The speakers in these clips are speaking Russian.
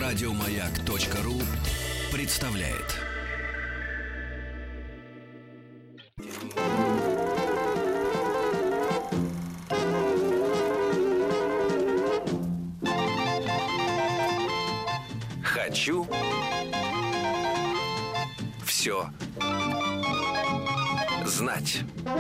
Радиомаяк.ру представляет. Хочу все знать.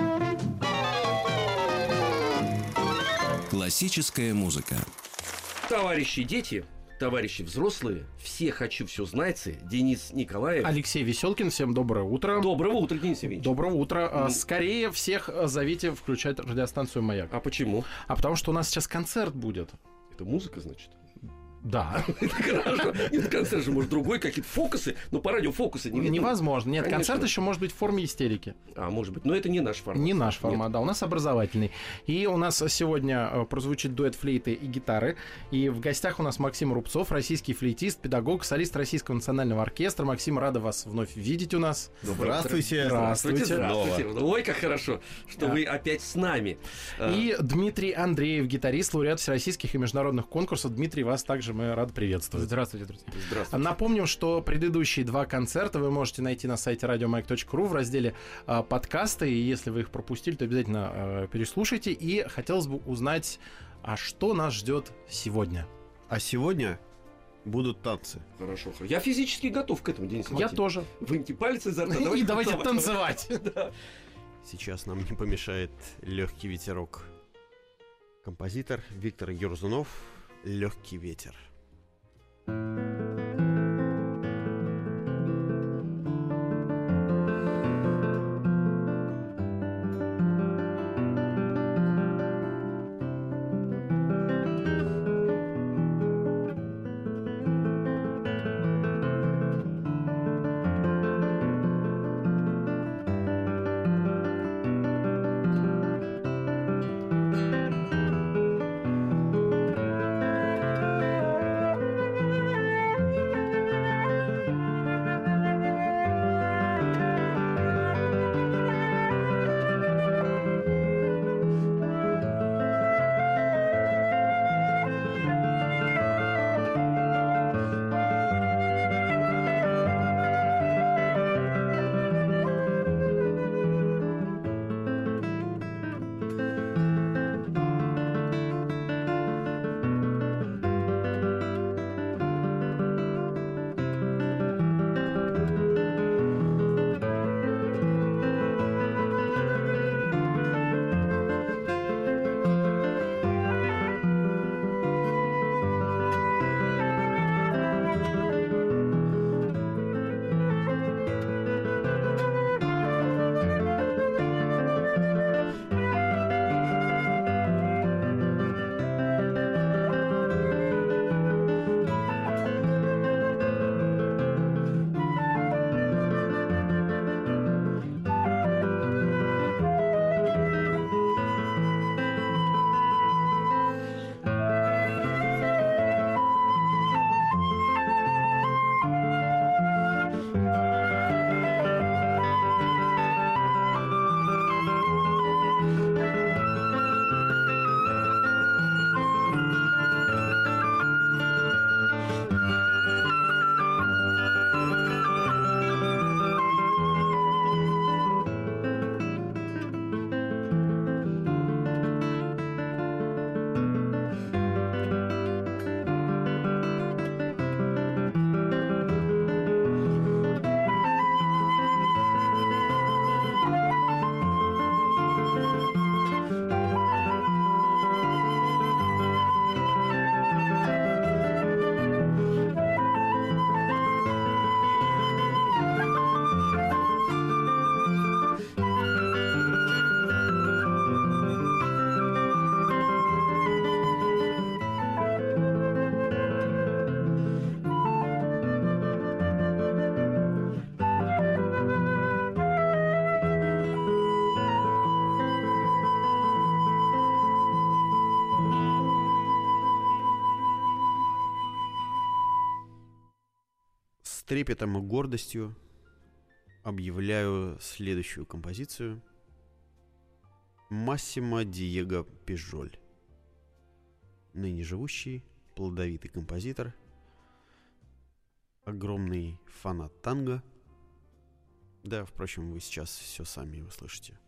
Классическая музыка. Товарищи дети, товарищи взрослые, все хочу все знайцы. Денис Николаев. Алексей Веселкин, всем доброе утро. Доброго утра, Денис Евгеньевич. Доброго утра. Скорее всех зовите включать радиостанцию «Маяк». А почему? А потому что у нас сейчас концерт будет. Это музыка, значит? Да. Это хорошо. Нет, концерт же, может, другой, какие-то фокусы, но по радио фокусы не видно. Невозможно. Нет, Конечно. концерт еще может быть в форме истерики. А, может быть, но это не наш формат. Не наш формат, да, у нас образовательный. И у нас сегодня прозвучит дуэт флейты и гитары. И в гостях у нас Максим Рубцов, российский флейтист, педагог, солист Российского национального оркестра. Максим, рада вас вновь видеть у нас. Здравствуйте. Здравствуйте. Ой, как хорошо, что вы опять с нами. И Дмитрий Андреев, гитарист, лауреат всероссийских и международных конкурсов. Дмитрий, вас также мы рады приветствовать. Здравствуйте, друзья. Здравствуйте. Напомним, что предыдущие два концерта вы можете найти на сайте радиомаяк.ру в разделе подкасты. И если вы их пропустили, то обязательно переслушайте. И хотелось бы узнать, а что нас ждет сегодня? А сегодня будут танцы. Хорошо. Я физически готов к этому, Денис Я Иванович. тоже. Выньте пальцы изо рта. И давайте танцевать. Да. Сейчас нам не помешает легкий ветерок. Композитор Виктор Юрзунов. Легкий ветер. трепетом и гордостью объявляю следующую композицию. Массимо Диего Пижоль, ныне живущий, плодовитый композитор, огромный фанат танго. Да, впрочем, вы сейчас все сами услышите.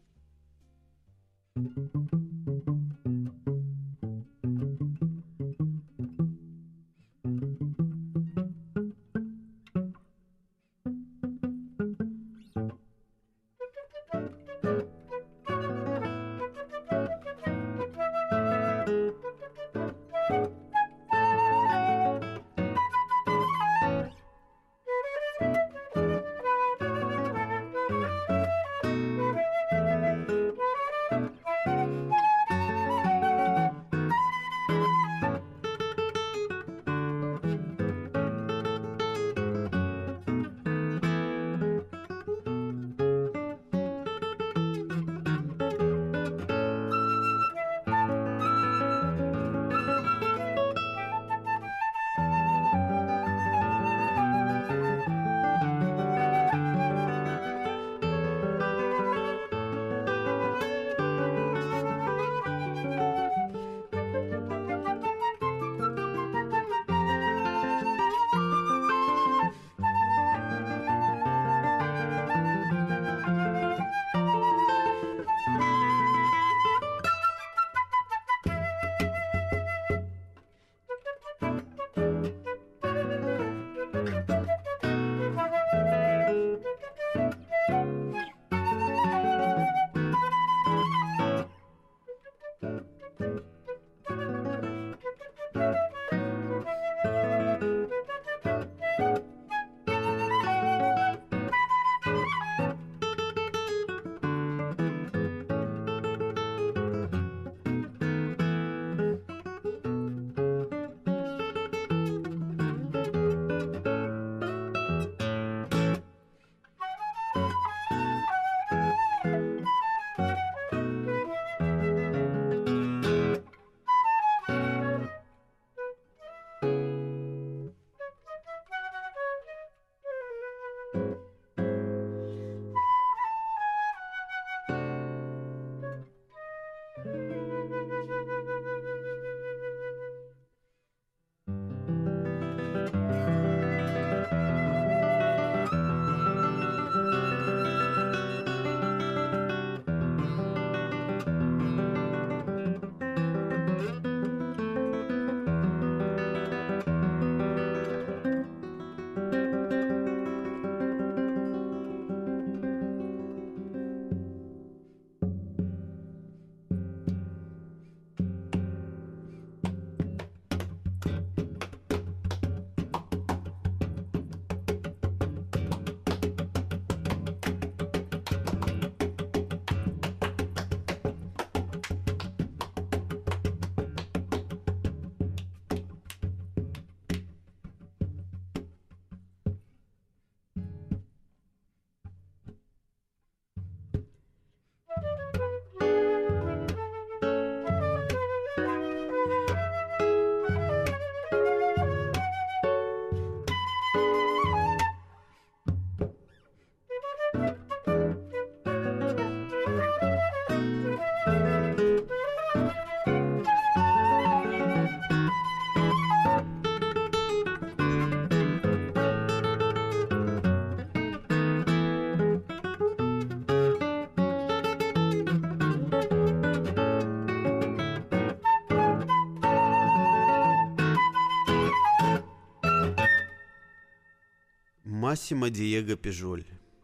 Массимо Диего Пежоль.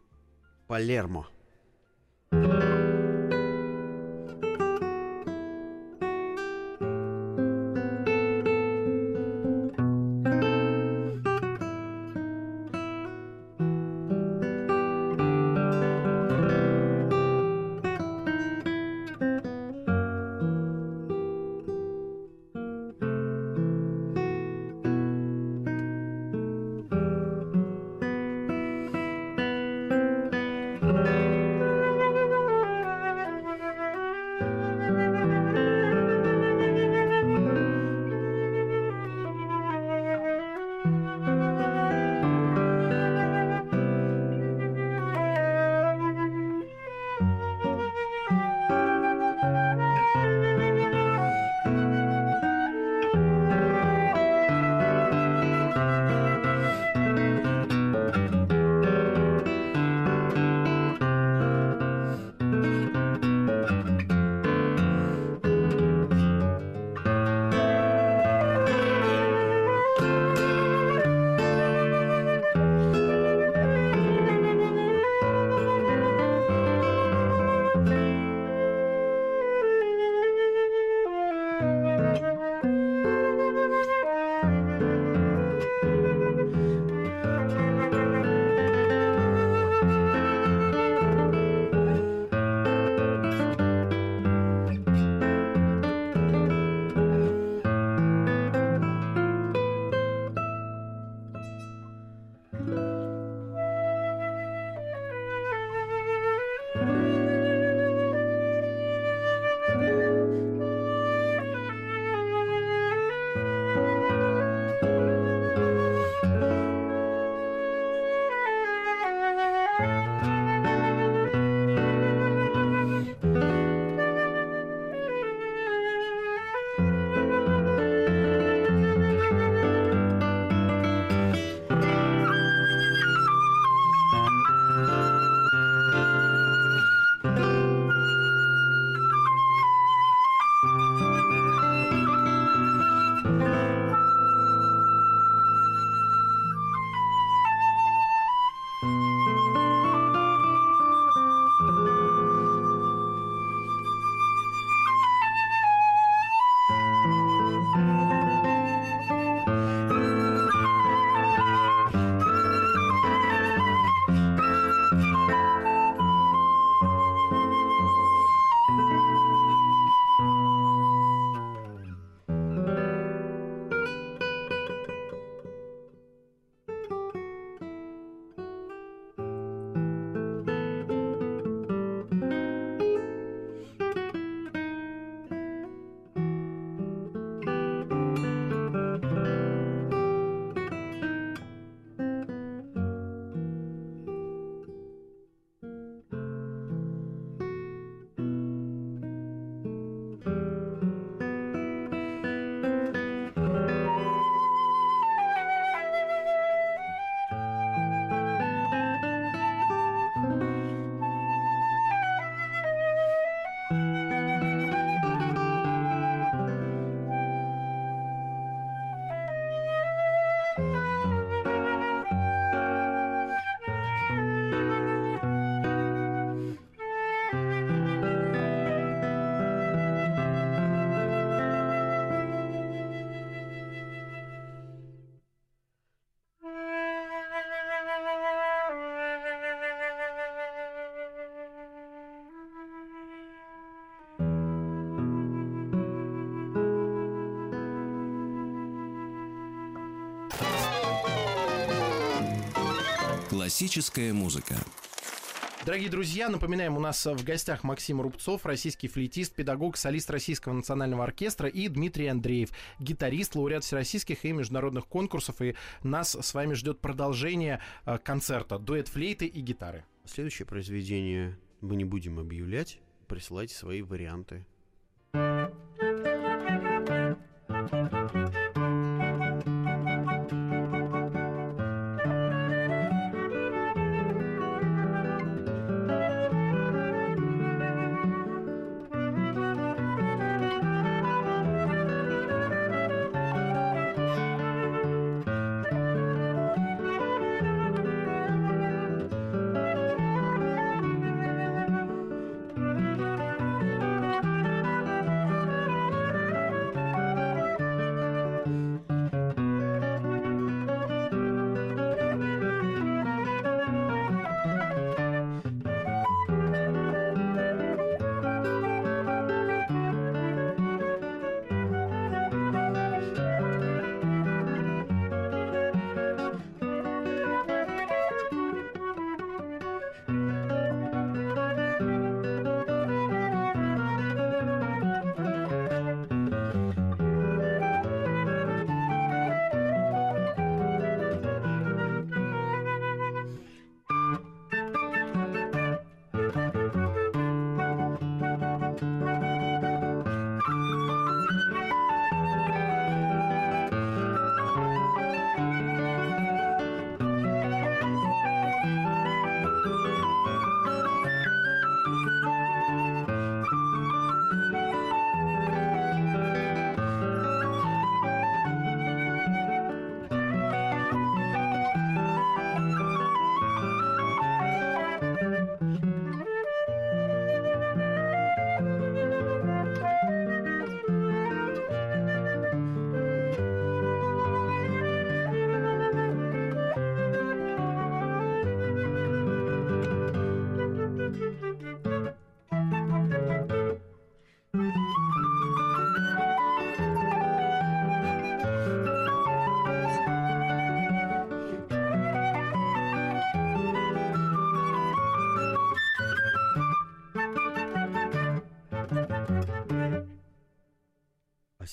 Палермо. Классическая музыка. Дорогие друзья, напоминаем, у нас в гостях Максим Рубцов, российский флейтист, педагог, солист Российского национального оркестра, и Дмитрий Андреев, гитарист, лауреат всероссийских и международных конкурсов. И нас с вами ждет продолжение концерта «Дуэт флейты и гитары». Следующее произведение мы не будем объявлять. Присылайте свои варианты.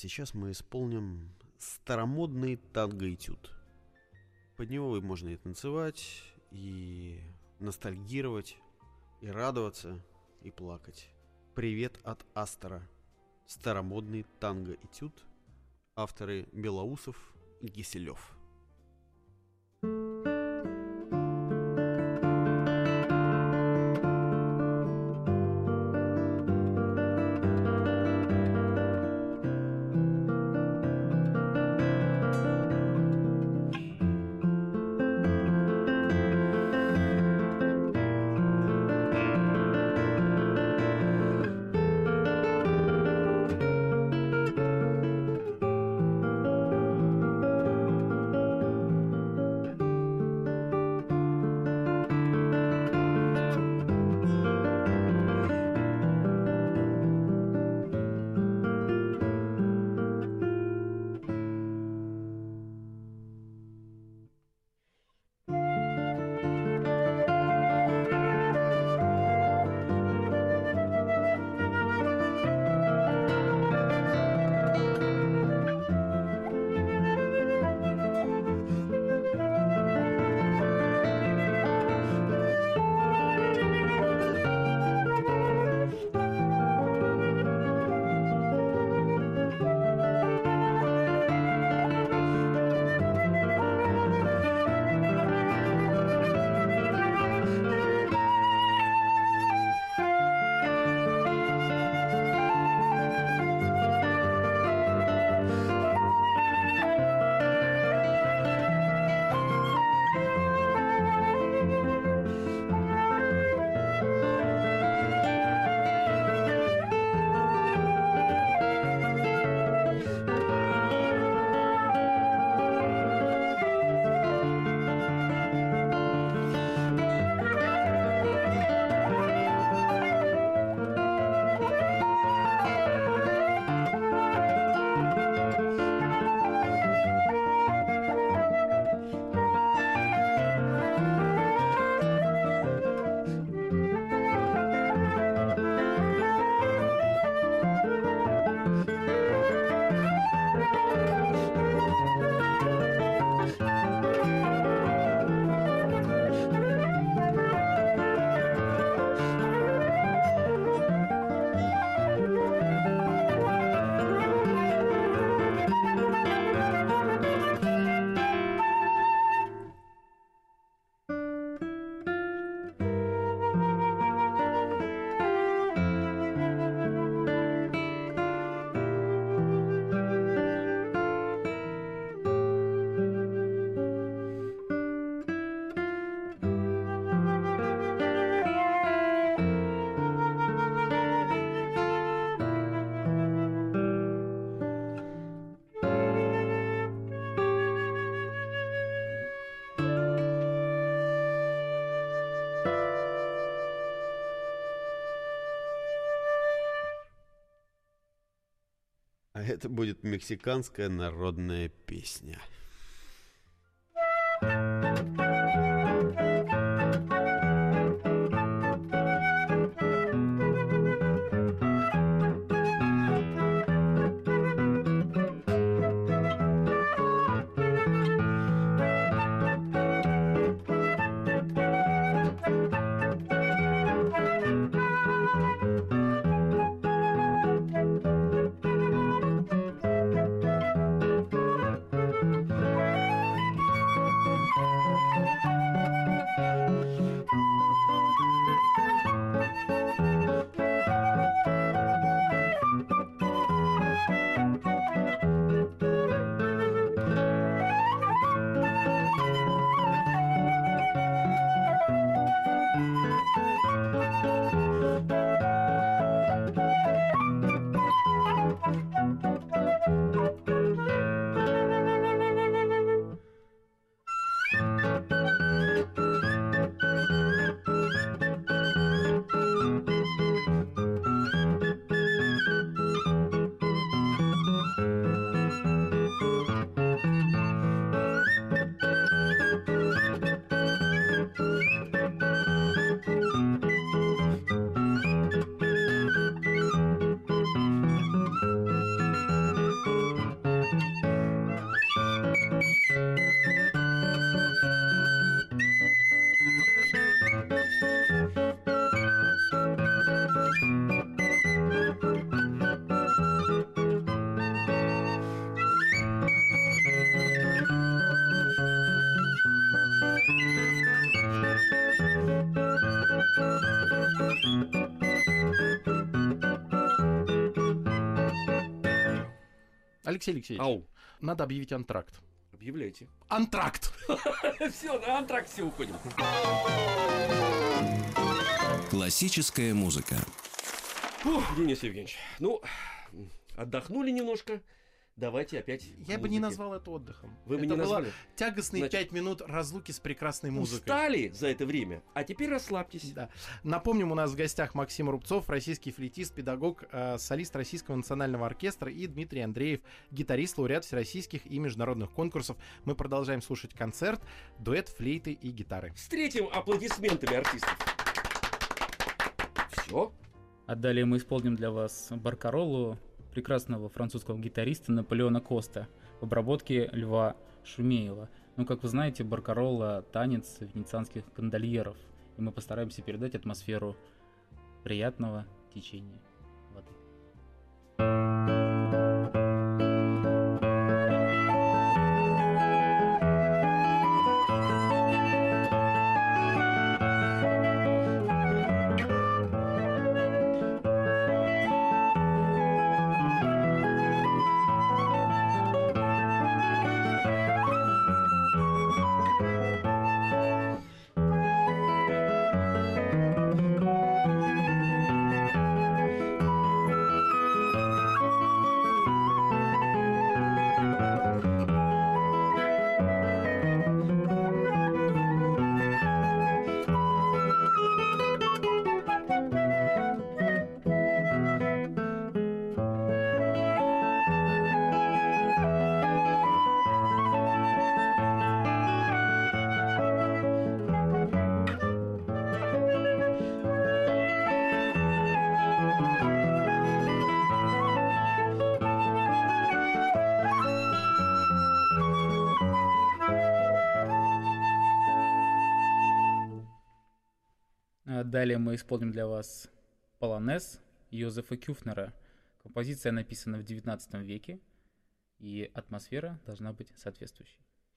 сейчас мы исполним старомодный танго-этюд. Под него можно и танцевать, и ностальгировать, и радоваться, и плакать. Привет от Астора. Старомодный танго-этюд. Авторы Белоусов и Киселев. А это будет мексиканская народная песня. Алексей Алексеевич, Ау, надо объявить антракт. объявляйте. Антракт! Все, на антракт все уходим. Классическая музыка. Фух, Денис Евгеньевич, ну, отдохнули немножко. Давайте опять Я бы не назвал это отдыхом. Вы бы это не было назвали? тягостные Значит, 5 минут разлуки с прекрасной музыкой. Устали за это время, а теперь расслабьтесь. Да. Напомним, у нас в гостях Максим Рубцов, российский флейтист, педагог, солист Российского национального оркестра, и Дмитрий Андреев, гитарист, лауреат всероссийских и международных конкурсов. Мы продолжаем слушать концерт, дуэт флейты и гитары. Встретим аплодисментами артистов. Все. А далее мы исполним для вас баркароллу прекрасного французского гитариста Наполеона Коста в обработке Льва Шумеева. Ну, как вы знаете, баркаролла — танец венецианских гондольеров, и мы постараемся передать атмосферу приятного течения воды. Далее мы исполним для вас полонез Йозефа Кюфнера. Композиция написана в 19 веке, и атмосфера должна быть соответствующей.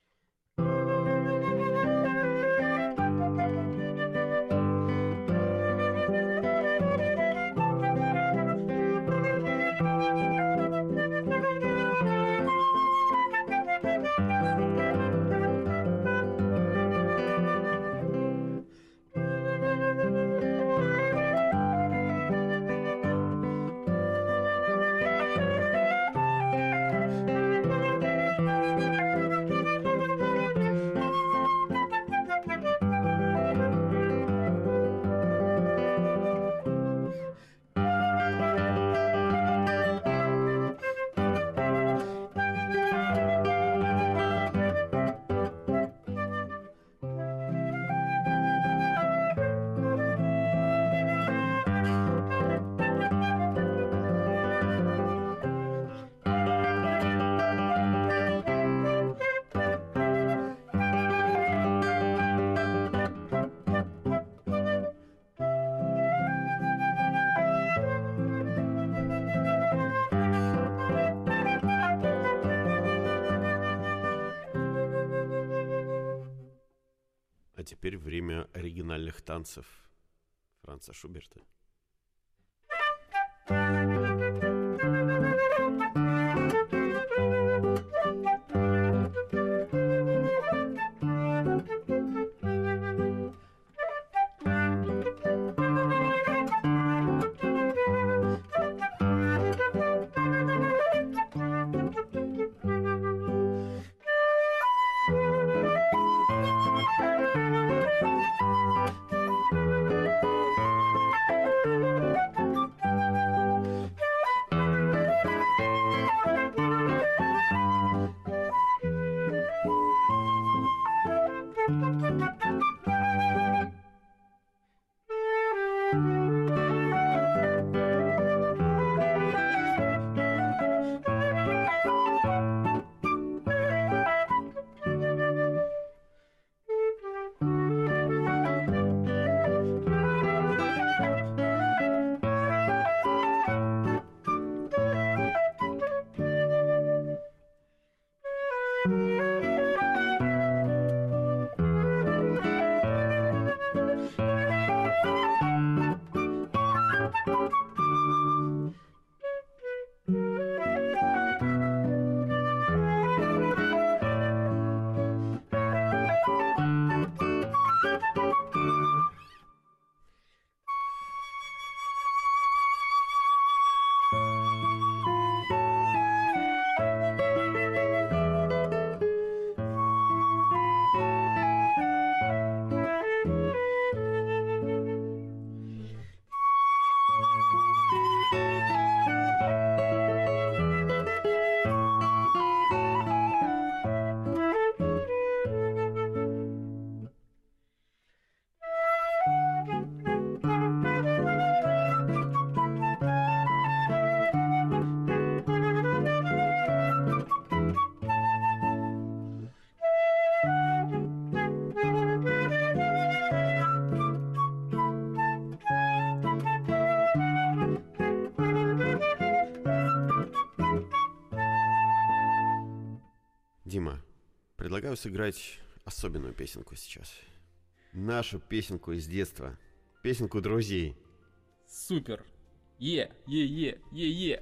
А теперь время оригинальных танцев Франца Шуберта. Дима, предлагаю сыграть особенную песенку сейчас. Нашу песенку из детства. Песенку друзей. Супер! Е-е-е-е-е!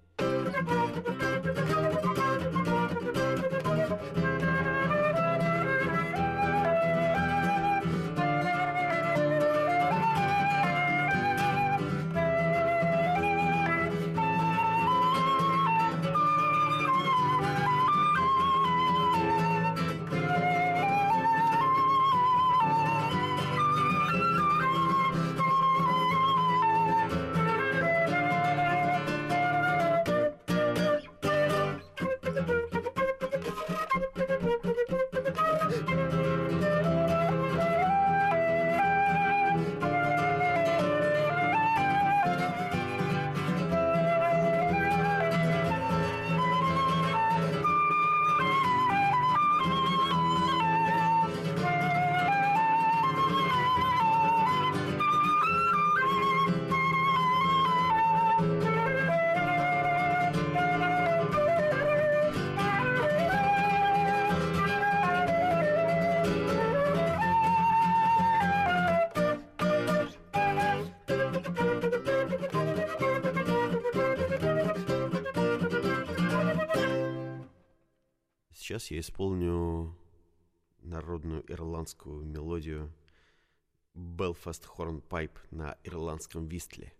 Сейчас я исполню народную ирландскую мелодию Belfast Hornpipe на ирландском вистле.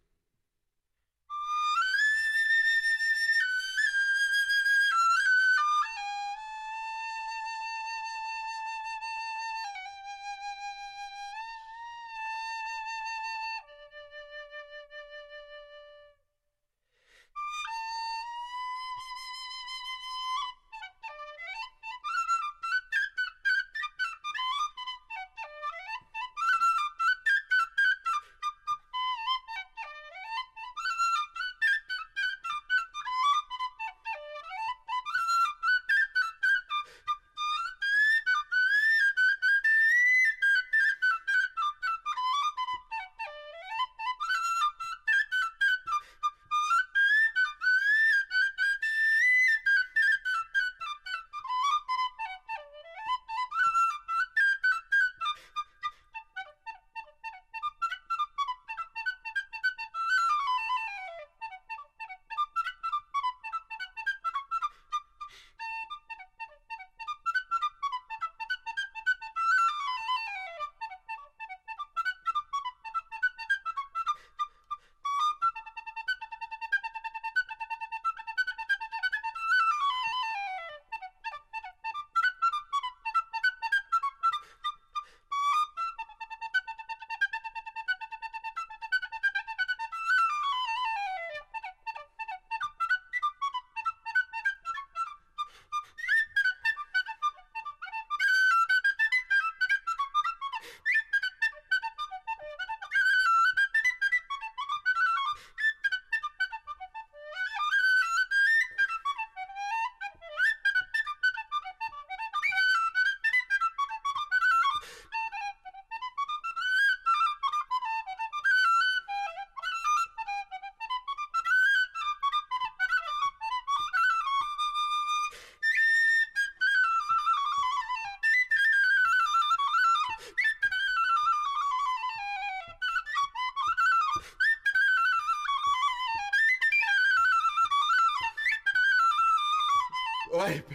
Ой,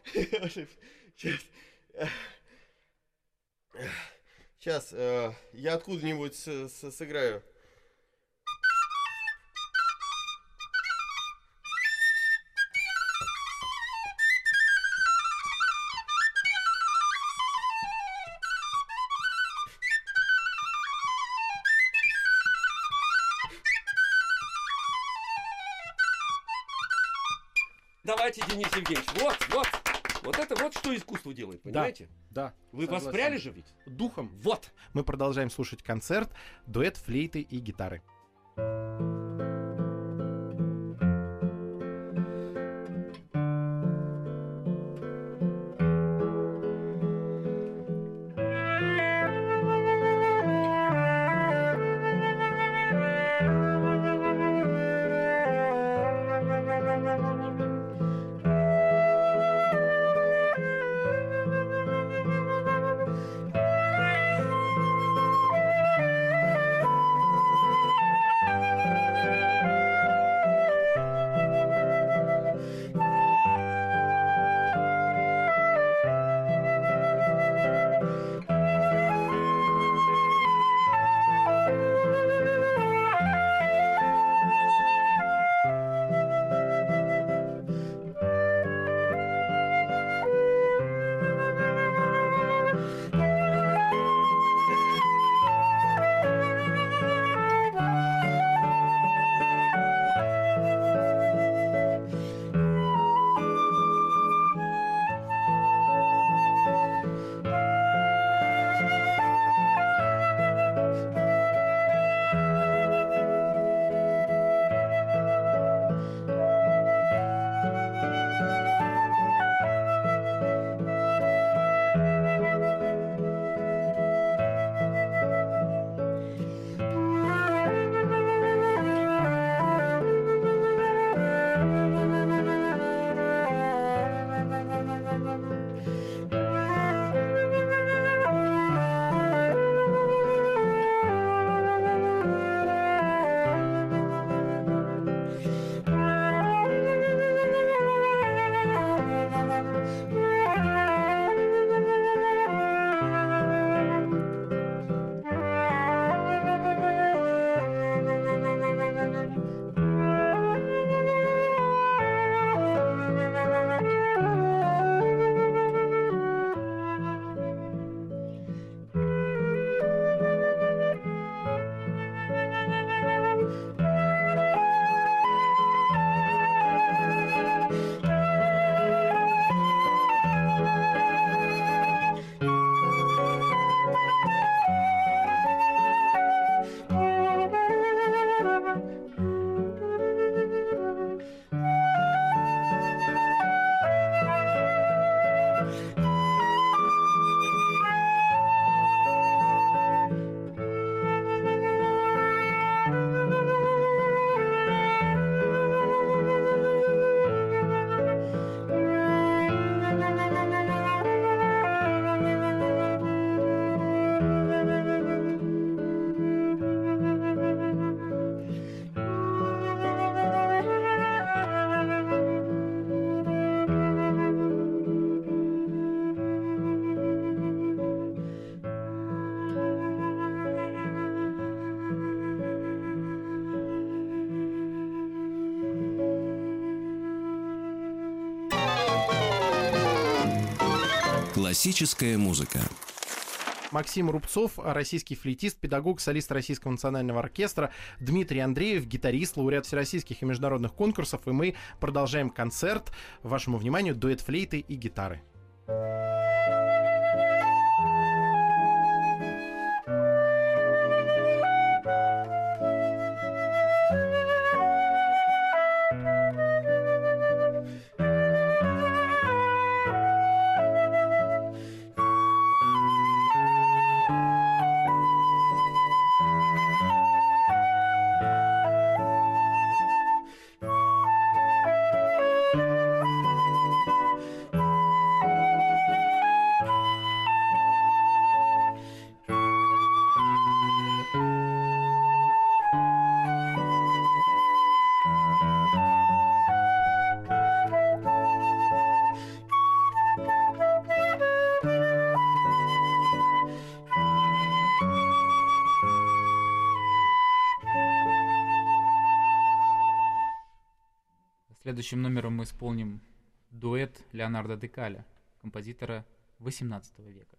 сейчас я откуда-нибудь сыграю. Давайте, Денис Евгеньевич, вот это вот что искусство делает, понимаете? Да. Вы согласен. воспряли же ведь? Духом. Вот. Мы продолжаем слушать концерт, дуэт флейты и гитары. Классическая музыка. Максим Рубцов, российский флейтист, педагог, солист Российского национального оркестра, Дмитрий Андреев, гитарист, лауреат всероссийских и международных конкурсов, и мы продолжаем концерт. Вашему вниманию дуэт флейты и гитары. Следующим номером мы исполним дуэт Леонардо де Калля, композитора XVIII века.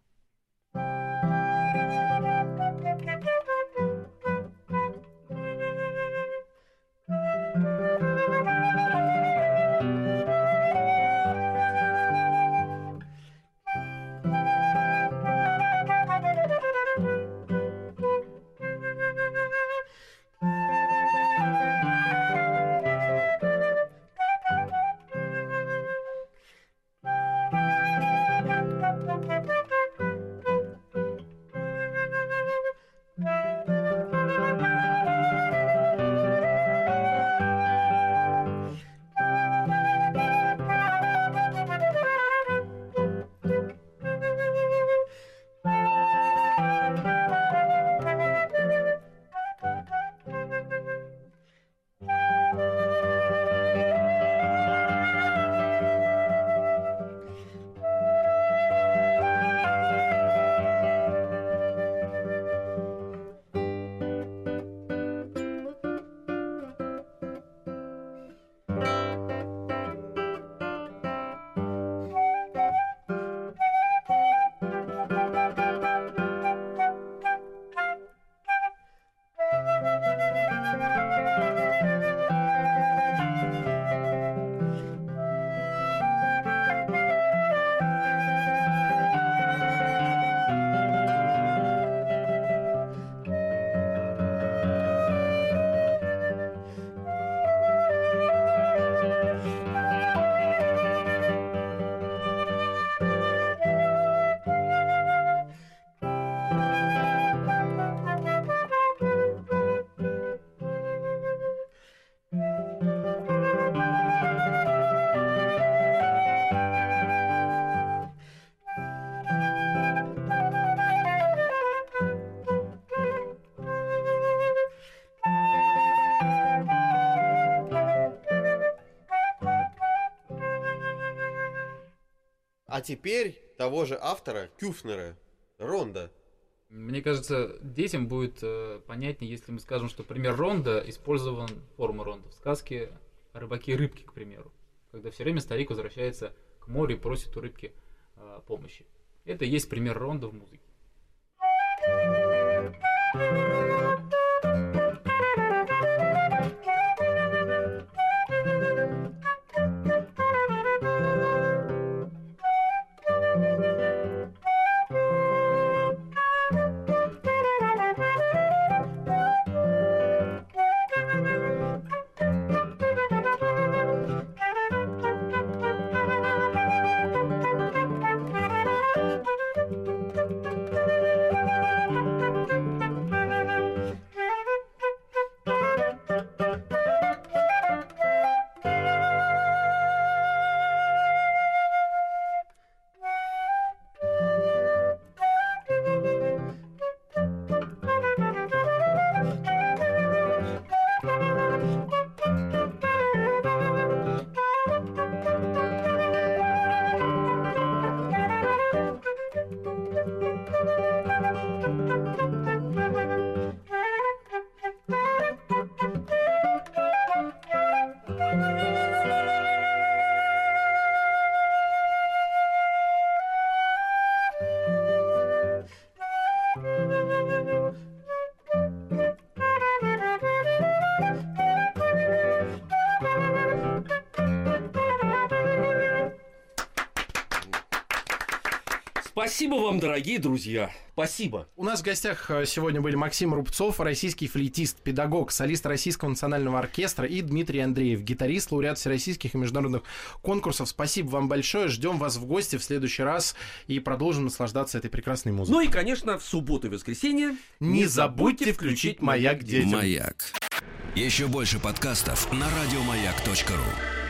А теперь того же автора, Кюфнера, Ронда. Мне кажется, детям будет понятнее, если мы скажем, что пример ронда использован, форма ронда в сказке о рыбаке и рыбке, к примеру. Когда все время старик возвращается к морю и просит у рыбки помощи. Это и есть пример ронда в музыке. Спасибо вам, дорогие друзья. Спасибо. У нас в гостях сегодня были Максим Рубцов, российский флейтист, педагог, солист Российского национального оркестра, и Дмитрий Андреев, гитарист, лауреат всероссийских и международных конкурсов. Спасибо вам большое. Ждем вас в гости в следующий раз и продолжим наслаждаться этой прекрасной музыкой. Ну и, конечно, в субботу и воскресенье не забудьте включить «Маяк» детям. Маяк. Еще больше подкастов на радиомаяк.ру.